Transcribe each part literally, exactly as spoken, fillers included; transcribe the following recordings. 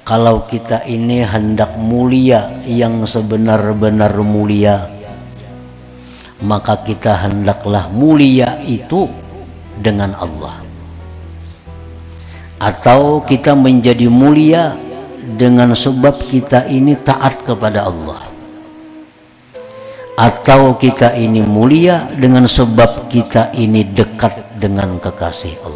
kalau kita ini hendak mulia yang sebenar-benar mulia, maka kita hendaklah mulia itu dengan Allah. Atau kita menjadi mulia dengan sebab kita ini taat kepada Allah. Atau kita ini mulia dengan sebab kita ini dekat dengan kekasih Allah.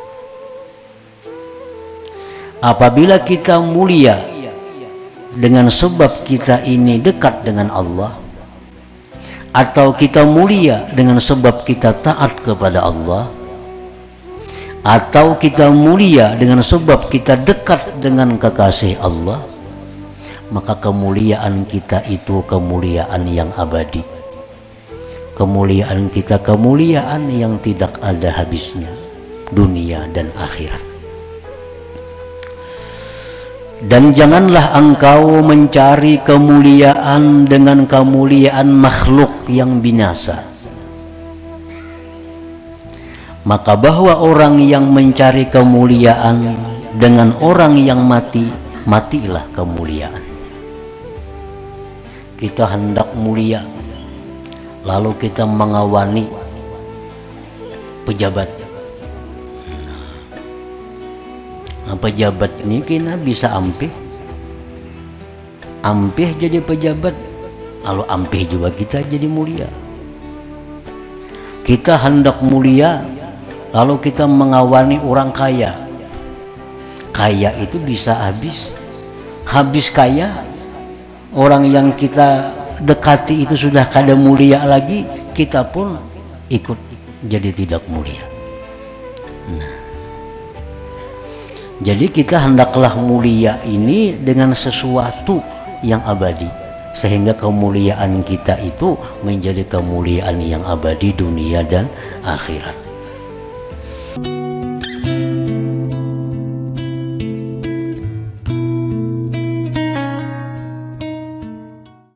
Apabila kita mulia dengan sebab kita ini dekat dengan Allah, atau kita mulia dengan sebab kita taat kepada Allah, atau kita mulia dengan sebab kita dekat dengan kekasih Allah, maka kemuliaan kita itu kemuliaan yang abadi. Kemuliaan kita kemuliaan yang tidak ada habisnya, dunia dan akhirat. Dan janganlah engkau mencari kemuliaan dengan kemuliaan makhluk yang binasa. Maka bahwa orang yang mencari kemuliaan dengan orang yang mati, matilah kemuliaan. Kita hendak mulia, lalu kita mengawani pejabat. Nah, pejabat ini kena bisa ampih, ampih jadi pejabat, lalu ampih juga kita jadi mulia. Kita hendak mulia, lalu kita mengawani orang kaya. Kaya itu bisa habis, habis kaya. Orang yang kita dekati itu sudah kada mulia lagi, kita pun ikut jadi tidak mulia. Nah, jadi kita hendaklah mulia ini dengan sesuatu yang abadi, sehingga kemuliaan kita itu menjadi kemuliaan yang abadi dunia dan akhirat.